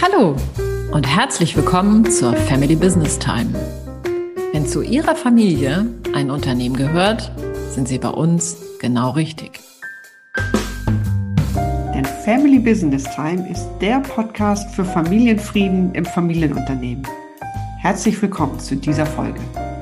Hallo und herzlich willkommen zur Family Business Time. Wenn zu Ihrer Familie ein Unternehmen gehört, sind Sie bei uns genau richtig. Denn Family Business Time ist der Podcast für Familienfrieden im Familienunternehmen. Herzlich willkommen zu dieser Folge.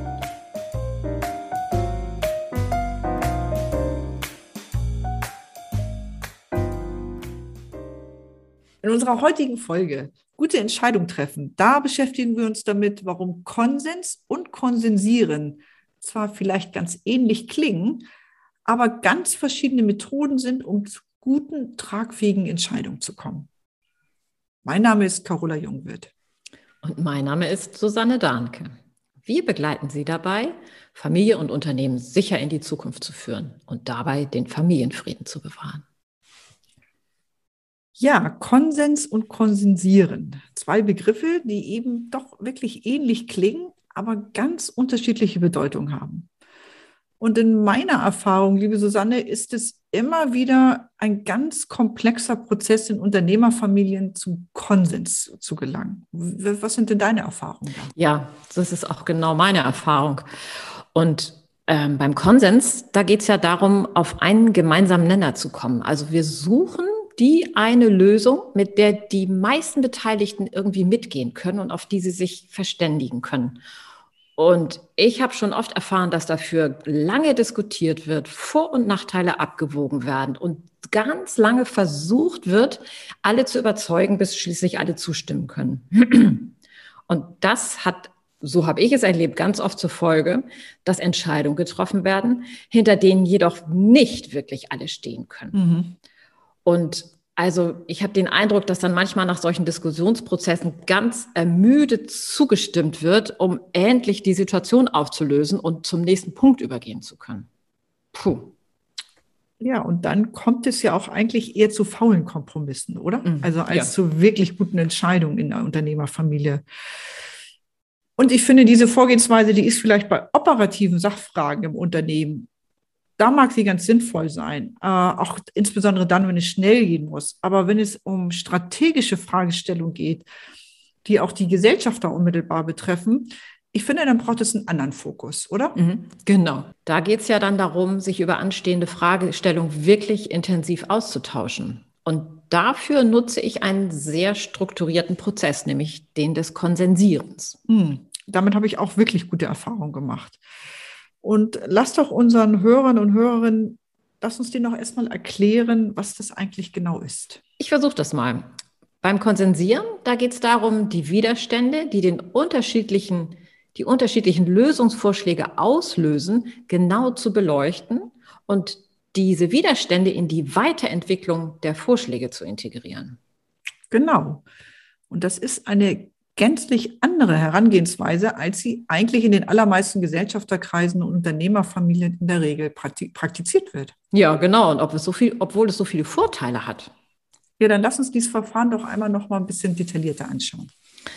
In unserer heutigen Folge Gute Entscheidung treffen, da beschäftigen wir uns damit, warum Konsens und Konsensieren zwar vielleicht ganz ähnlich klingen, aber ganz verschiedene Methoden sind, um zu guten, tragfähigen Entscheidungen zu kommen. Mein Name ist Carola Jungwirth. Und mein Name ist Susanne Dahnke. Wir begleiten Sie dabei, Familie und Unternehmen sicher in die Zukunft zu führen und dabei den Familienfrieden zu bewahren. Ja, Konsens und Konsensieren. Zwei Begriffe, die eben doch wirklich ähnlich klingen, aber ganz unterschiedliche Bedeutung haben. Und in meiner Erfahrung, liebe Susanne, ist es immer wieder ein ganz komplexer Prozess in Unternehmerfamilien zum Konsens zu gelangen. Was sind denn deine Erfahrungen da? Ja, das ist auch genau meine Erfahrung. Und beim Konsens, da geht es ja darum, auf einen gemeinsamen Nenner zu kommen. Also wir suchen die eine Lösung, mit der die meisten Beteiligten irgendwie mitgehen können und auf die sie sich verständigen können. Und ich habe schon oft erfahren, dass dafür lange diskutiert wird, Vor- und Nachteile abgewogen werden und ganz lange versucht wird, alle zu überzeugen, bis schließlich alle zustimmen können. Und das hat, so habe ich es erlebt, ganz oft zur Folge, dass Entscheidungen getroffen werden, hinter denen jedoch nicht wirklich alle stehen können. Mhm. Und also ich habe den Eindruck, dass dann manchmal nach solchen Diskussionsprozessen ganz ermüdet zugestimmt wird, um endlich die Situation aufzulösen und zum nächsten Punkt übergehen zu können. Puh. Ja, und dann kommt es ja auch eigentlich eher zu faulen Kompromissen, oder? Also als Ja. zu wirklich guten Entscheidungen in der Unternehmerfamilie. Und ich finde, diese Vorgehensweise, die ist vielleicht bei operativen Sachfragen im Unternehmen, da mag sie ganz sinnvoll sein, auch insbesondere dann, wenn es schnell gehen muss. Aber wenn es um strategische Fragestellungen geht, die auch die Gesellschafter unmittelbar betreffen, ich finde, dann braucht es einen anderen Fokus, oder? Genau. Da geht es ja dann darum, sich über anstehende Fragestellungen wirklich intensiv auszutauschen. Und dafür nutze ich einen sehr strukturierten Prozess, nämlich den des Konsensierens. Damit habe ich auch wirklich gute Erfahrungen gemacht. Und lass doch unseren Hörern und Hörerinnen, lass uns denen noch erstmal erklären, was das eigentlich genau ist. Ich versuche das mal. Beim Konsensieren, da geht es darum, die Widerstände, die die unterschiedlichen Lösungsvorschläge auslösen, genau zu beleuchten und diese Widerstände in die Weiterentwicklung der Vorschläge zu integrieren. Genau. Und das ist eine gänzlich andere Herangehensweise, als sie eigentlich in den allermeisten Gesellschafterkreisen und Unternehmerfamilien in der Regel praktiziert wird. Ja, genau. Und obwohl es so viele Vorteile hat. Ja, dann lass uns dieses Verfahren doch einmal noch mal ein bisschen detaillierter anschauen.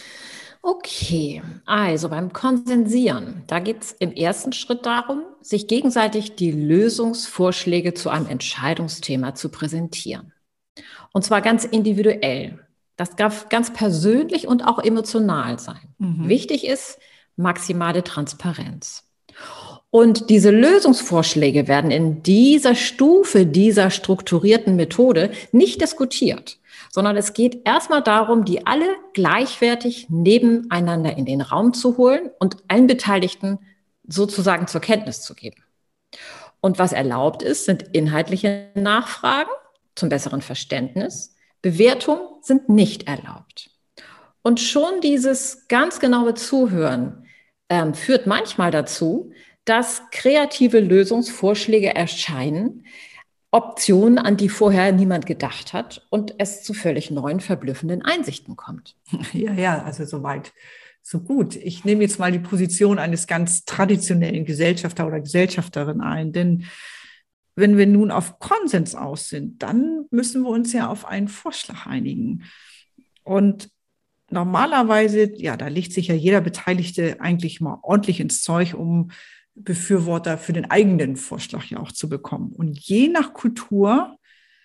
Okay, also beim Konsensieren, da geht es im ersten Schritt darum, sich gegenseitig die Lösungsvorschläge zu einem Entscheidungsthema zu präsentieren. Und zwar ganz individuell. Das darf ganz persönlich und auch emotional sein. Wichtig ist maximale Transparenz. Und diese Lösungsvorschläge werden in dieser Stufe, dieser strukturierten Methode nicht diskutiert, sondern es geht erstmal darum, die alle gleichwertig nebeneinander in den Raum zu holen und allen Beteiligten sozusagen zur Kenntnis zu geben. Und was erlaubt ist, sind inhaltliche Nachfragen zum besseren Verständnis. Bewertungen sind nicht erlaubt. Und schon dieses ganz genaue Zuhören führt manchmal dazu, dass kreative Lösungsvorschläge erscheinen, Optionen, an die vorher niemand gedacht hat und es zu völlig neuen, verblüffenden Einsichten kommt. Ja, also soweit, so gut. Ich nehme jetzt mal die Position eines ganz traditionellen Gesellschafter oder Gesellschafterin ein, denn wenn wir nun auf Konsens aus sind, dann müssen wir uns ja auf einen Vorschlag einigen. Und normalerweise, ja, da legt sich ja jeder Beteiligte eigentlich mal ordentlich ins Zeug, um Befürworter für den eigenen Vorschlag ja auch zu bekommen. Und je nach Kultur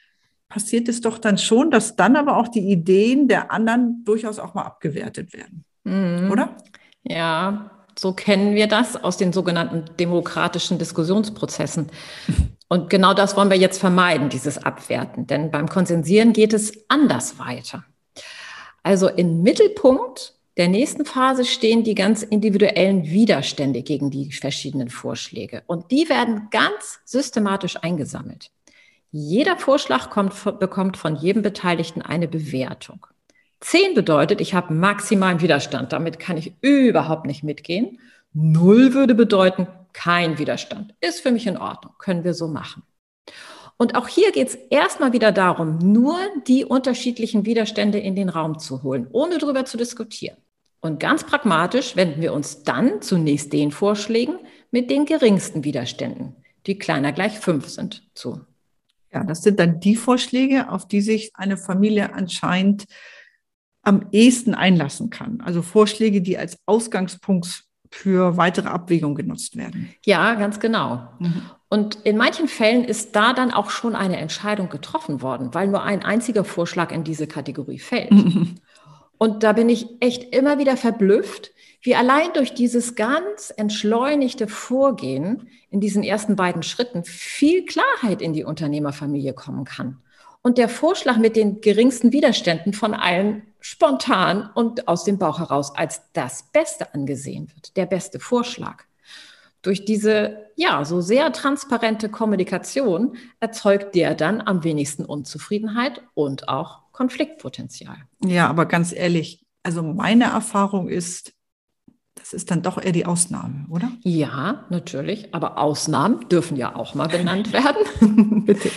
passiert es doch dann schon, dass dann aber auch die Ideen der anderen durchaus auch mal abgewertet werden, oder? Ja, so kennen wir das aus den sogenannten demokratischen Diskussionsprozessen. Und genau das wollen wir jetzt vermeiden, dieses Abwerten. Denn beim Konsensieren geht es anders weiter. Also im Mittelpunkt der nächsten Phase stehen die ganz individuellen Widerstände gegen die verschiedenen Vorschläge. Und die werden ganz systematisch eingesammelt. Jeder Vorschlag bekommt von jedem Beteiligten eine Bewertung. 10 bedeutet, ich habe maximalen Widerstand. Damit kann ich überhaupt nicht mitgehen. 0 würde bedeuten, kein Widerstand. Ist für mich in Ordnung. Können wir so machen. Und auch hier geht es erstmal wieder darum, nur die unterschiedlichen Widerstände in den Raum zu holen, ohne darüber zu diskutieren. Und ganz pragmatisch wenden wir uns dann zunächst den Vorschlägen mit den geringsten Widerständen, die kleiner gleich 5 sind, zu. Ja, das sind dann die Vorschläge, auf die sich eine Familie anscheinend am ehesten einlassen kann. Also Vorschläge, die als Ausgangspunkt für weitere Abwägungen genutzt werden. Ja, ganz genau. Und in manchen Fällen ist da dann auch schon eine Entscheidung getroffen worden, weil nur ein einziger Vorschlag in diese Kategorie fällt. Und da bin ich echt immer wieder verblüfft, wie allein durch dieses ganz entschleunigte Vorgehen in diesen ersten beiden Schritten viel Klarheit in die Unternehmerfamilie kommen kann. Und der Vorschlag mit den geringsten Widerständen von allen spontan und aus dem Bauch heraus als das Beste angesehen wird, der beste Vorschlag. Durch diese, ja, so sehr transparente Kommunikation erzeugt der dann am wenigsten Unzufriedenheit und auch Konfliktpotenzial. Ja, aber ganz ehrlich, also meine Erfahrung ist, das ist dann doch eher die Ausnahme, oder? Ja, natürlich, aber Ausnahmen dürfen ja auch mal benannt werden. Bitte.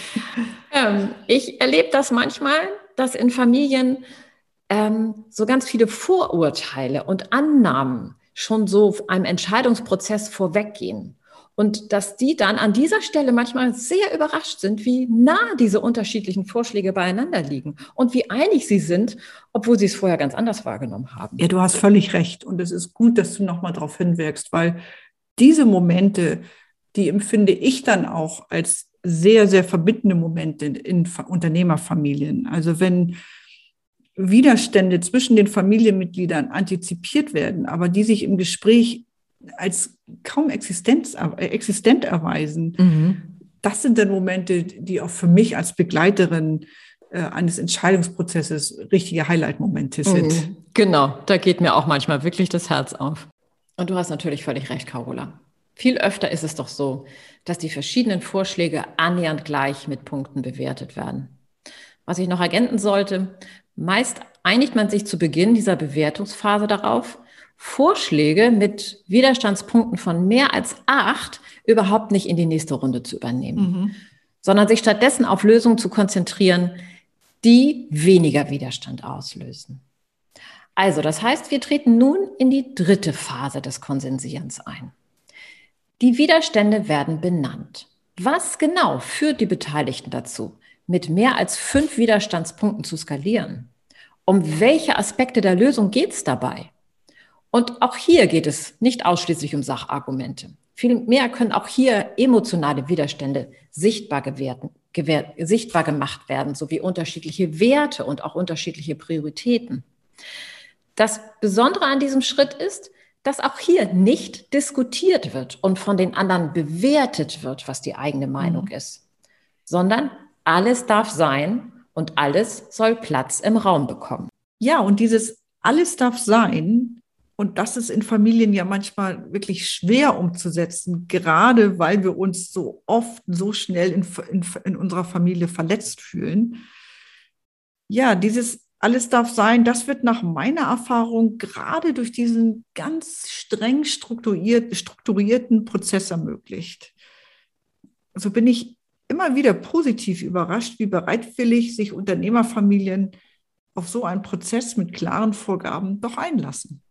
Ich erlebe das manchmal, dass in Familien so ganz viele Vorurteile und Annahmen schon so einem Entscheidungsprozess vorweggehen. Und dass die dann an dieser Stelle manchmal sehr überrascht sind, wie nah diese unterschiedlichen Vorschläge beieinander liegen und wie einig sie sind, obwohl sie es vorher ganz anders wahrgenommen haben. Ja, du hast völlig recht. Und es ist gut, dass du nochmal darauf hinwirkst, weil diese Momente, die empfinde ich dann auch als sehr, sehr verbindende Momente in Unternehmerfamilien. Also wenn Widerstände zwischen den Familienmitgliedern antizipiert werden, aber die sich im Gespräch als kaum existent erweisen. Das sind dann Momente, die auch für mich als Begleiterin eines Entscheidungsprozesses richtige Highlight-Momente sind. Genau, da geht mir auch manchmal wirklich das Herz auf. Und du hast natürlich völlig recht, Carola. Viel öfter ist es doch so, dass die verschiedenen Vorschläge annähernd gleich mit Punkten bewertet werden. Was ich noch ergänzen sollte, meist einigt man sich zu Beginn dieser Bewertungsphase darauf, Vorschläge mit Widerstandspunkten von mehr als 8 überhaupt nicht in die nächste Runde zu übernehmen, sondern sich stattdessen auf Lösungen zu konzentrieren, die weniger Widerstand auslösen. Also, das heißt, wir treten nun in die dritte Phase des Konsensierens ein. Die Widerstände werden benannt. Was genau führt die Beteiligten dazu, mit mehr als 5 Widerstandspunkten zu skalieren? Um welche Aspekte der Lösung geht es dabei? Und auch hier geht es nicht ausschließlich um Sachargumente. Vielmehr können auch hier emotionale Widerstände sichtbar gemacht werden, sowie unterschiedliche Werte und auch unterschiedliche Prioritäten. Das Besondere an diesem Schritt ist, dass auch hier nicht diskutiert wird und von den anderen bewertet wird, was die eigene Meinung ist, sondern alles darf sein und alles soll Platz im Raum bekommen. Ja, und dieses alles darf sein, und das ist in Familien ja manchmal wirklich schwer umzusetzen, gerade weil wir uns so oft, so schnell in unserer Familie verletzt fühlen. Ja, dieses alles darf sein, das wird nach meiner Erfahrung gerade durch diesen ganz streng strukturierten Prozess ermöglicht. So bin ich immer wieder positiv überrascht, wie bereitwillig sich Unternehmerfamilien auf so einen Prozess mit klaren Vorgaben doch einlassen.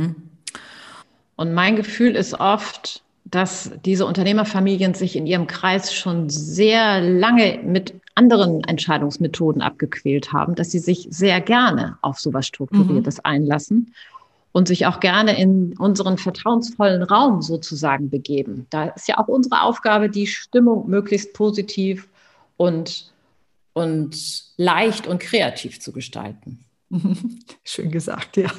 Und mein Gefühl ist oft, dass diese Unternehmerfamilien sich in ihrem Kreis schon sehr lange mit anderen Entscheidungsmethoden abgequält haben, dass sie sich sehr gerne auf sowas Strukturiertes einlassen und sich auch gerne in unseren vertrauensvollen Raum sozusagen begeben. Da ist ja auch unsere Aufgabe, die Stimmung möglichst positiv und und leicht und kreativ zu gestalten. Schön gesagt, ja.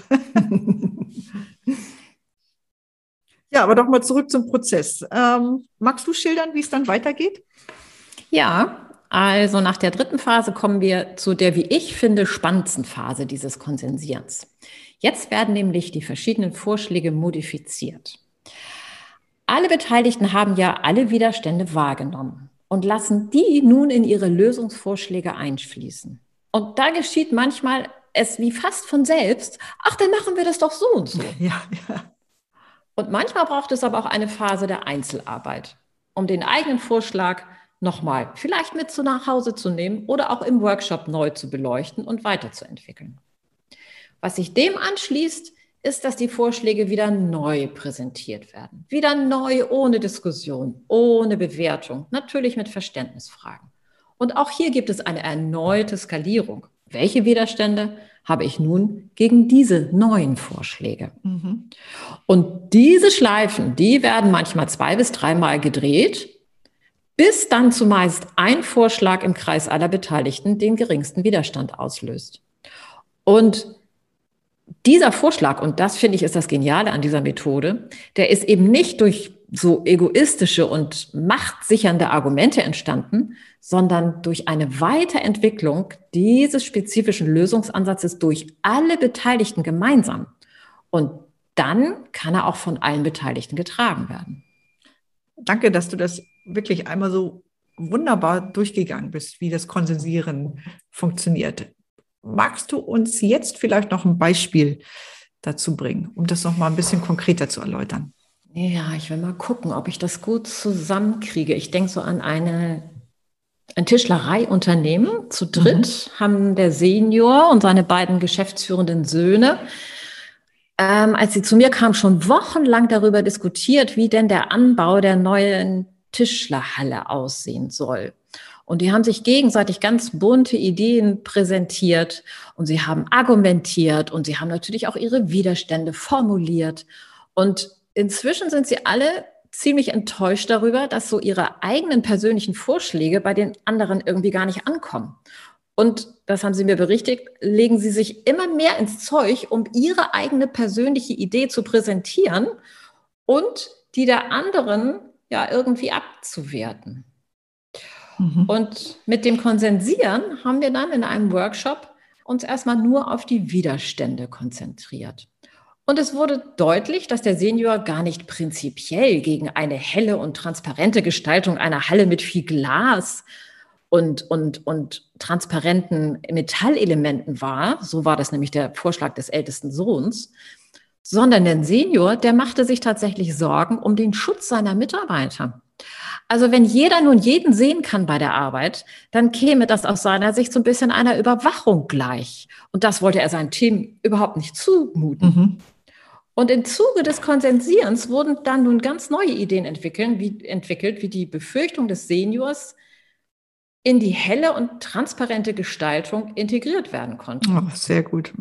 Ja, aber doch mal zurück zum Prozess. Magst du schildern, wie es dann weitergeht? Ja, also nach der dritten Phase kommen wir zu der, wie ich finde, spannendsten Phase dieses Konsensierens. Jetzt werden nämlich die verschiedenen Vorschläge modifiziert. Alle Beteiligten haben ja alle Widerstände wahrgenommen und lassen die nun in ihre Lösungsvorschläge einfließen. Und da geschieht manchmal es wie fast von selbst, ach, dann machen wir das doch so und so. Ja, ja. Und manchmal braucht es aber auch eine Phase der Einzelarbeit, um den eigenen Vorschlag nochmal vielleicht mit nach Hause zu nehmen oder auch im Workshop neu zu beleuchten und weiterzuentwickeln. Was sich dem anschließt, ist, dass die Vorschläge wieder neu präsentiert werden. Wieder neu, ohne Diskussion, ohne Bewertung, natürlich mit Verständnisfragen. Und auch hier gibt es eine erneute Skalierung. Welche Widerstände habe ich nun gegen diese neuen Vorschläge? Mhm. Und diese Schleifen, die werden manchmal 2 bis 3 Mal gedreht, bis dann zumeist ein Vorschlag im Kreis aller Beteiligten den geringsten Widerstand auslöst. Und dieser Vorschlag, und das finde ich ist das Geniale an dieser Methode, der ist eben nicht durch so egoistische und machtsichernde Argumente entstanden, sondern durch eine Weiterentwicklung dieses spezifischen Lösungsansatzes durch alle Beteiligten gemeinsam. Und dann kann er auch von allen Beteiligten getragen werden. Danke, dass du das wirklich einmal so wunderbar durchgegangen bist, wie das Konsensieren funktioniert. Magst du uns jetzt vielleicht noch ein Beispiel dazu bringen, um das noch mal ein bisschen konkreter zu erläutern? Ja, ich will mal gucken, ob ich das gut zusammenkriege. Ich denke so an ein Tischlereiunternehmen. Zu dritt haben der Senior und seine beiden geschäftsführenden Söhne, als sie zu mir kamen, schon wochenlang darüber diskutiert, wie denn der Anbau der neuen Tischlerhalle aussehen soll. Und die haben sich gegenseitig ganz bunte Ideen präsentiert und sie haben argumentiert und sie haben natürlich auch ihre Widerstände formuliert. Und inzwischen sind sie alle ziemlich enttäuscht darüber, dass so ihre eigenen persönlichen Vorschläge bei den anderen irgendwie gar nicht ankommen. Und das haben sie mir berichtigt, legen sie sich immer mehr ins Zeug, um ihre eigene persönliche Idee zu präsentieren und die der anderen ja irgendwie abzuwerten. Und mit dem Konsensieren haben wir dann in einem Workshop uns erstmal nur auf die Widerstände konzentriert. Und es wurde deutlich, dass der Senior gar nicht prinzipiell gegen eine helle und transparente Gestaltung einer Halle mit viel Glas und transparenten Metallelementen war. So war das nämlich der Vorschlag des ältesten Sohns. Sondern der Senior, der machte sich tatsächlich Sorgen um den Schutz seiner Mitarbeiter. Also wenn jeder nun jeden sehen kann bei der Arbeit, dann käme das aus seiner Sicht so ein bisschen einer Überwachung gleich. Und das wollte er seinem Team überhaupt nicht zumuten. Und im Zuge des Konsensierens wurden dann nun ganz neue Ideen entwickelt, wie die Befürchtung des Seniors in die helle und transparente Gestaltung integriert werden konnte. Oh, sehr gut.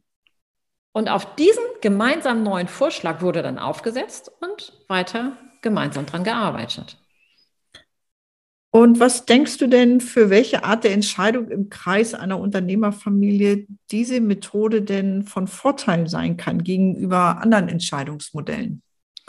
Und auf diesen gemeinsamen neuen Vorschlag wurde dann aufgesetzt und weiter gemeinsam dran gearbeitet. Und was denkst du denn, für welche Art der Entscheidung im Kreis einer Unternehmerfamilie diese Methode denn von Vorteil sein kann gegenüber anderen Entscheidungsmodellen?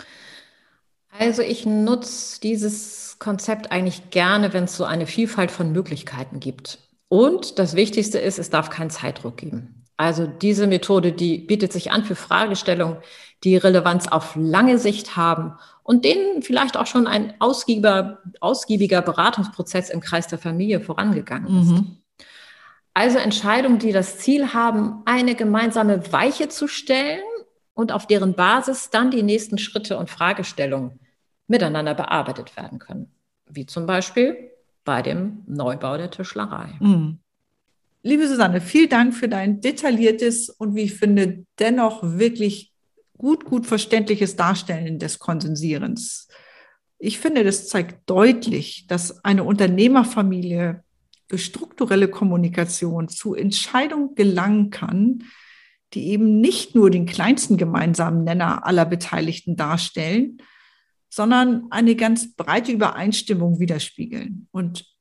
Also ich nutze dieses Konzept eigentlich gerne, wenn es so eine Vielfalt von Möglichkeiten gibt. Und das Wichtigste ist, es darf keinen Zeitdruck geben. Also diese Methode, die bietet sich an für Fragestellungen, die Relevanz auf lange Sicht haben und denen vielleicht auch schon ein ausgiebiger Beratungsprozess im Kreis der Familie vorangegangen ist. Also Entscheidungen, die das Ziel haben, eine gemeinsame Weiche zu stellen und auf deren Basis dann die nächsten Schritte und Fragestellungen miteinander bearbeitet werden können. Wie zum Beispiel bei dem Neubau der Tischlerei. Liebe Susanne, vielen Dank für dein detailliertes und wie ich finde, dennoch wirklich gut verständliches Darstellen des Konsensierens. Ich finde, das zeigt deutlich, dass eine Unternehmerfamilie durch strukturelle Kommunikation zu Entscheidungen gelangen kann, die eben nicht nur den kleinsten gemeinsamen Nenner aller Beteiligten darstellen, sondern eine ganz breite Übereinstimmung widerspiegeln. Und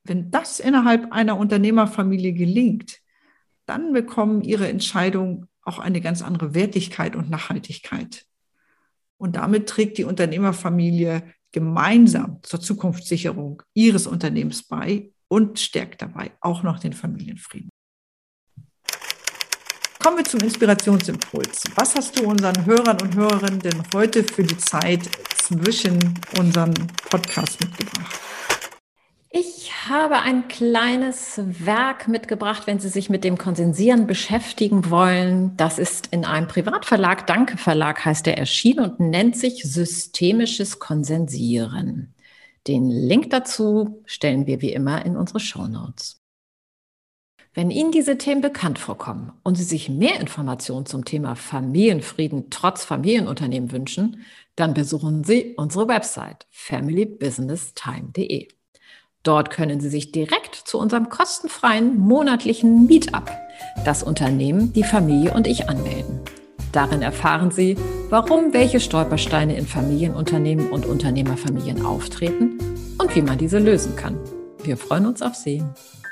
Wenn das innerhalb einer Unternehmerfamilie gelingt, dann bekommen ihre Entscheidungen auch eine ganz andere Wertigkeit und Nachhaltigkeit. Und damit trägt die Unternehmerfamilie gemeinsam zur Zukunftssicherung ihres Unternehmens bei und stärkt dabei auch noch den Familienfrieden. Kommen wir zum Inspirationsimpuls. Was hast du unseren Hörern und Hörerinnen denn heute für die Zeit zwischen unseren Podcasts mitgebracht? Ich habe ein kleines Werk mitgebracht, wenn Sie sich mit dem Konsensieren beschäftigen wollen. Das ist in einem Privatverlag, Danke Verlag heißt der, erschienen und nennt sich Systemisches Konsensieren. Den Link dazu stellen wir wie immer in unsere Shownotes. Wenn Ihnen diese Themen bekannt vorkommen und Sie sich mehr Informationen zum Thema Familienfrieden trotz Familienunternehmen wünschen, dann besuchen Sie unsere Website familybusinesstime.de. Dort können Sie sich direkt zu unserem kostenfreien monatlichen Meetup, das Unternehmen, die Familie und ich, anmelden. Darin erfahren Sie, warum welche Stolpersteine in Familienunternehmen und Unternehmerfamilien auftreten und wie man diese lösen kann. Wir freuen uns auf Sie.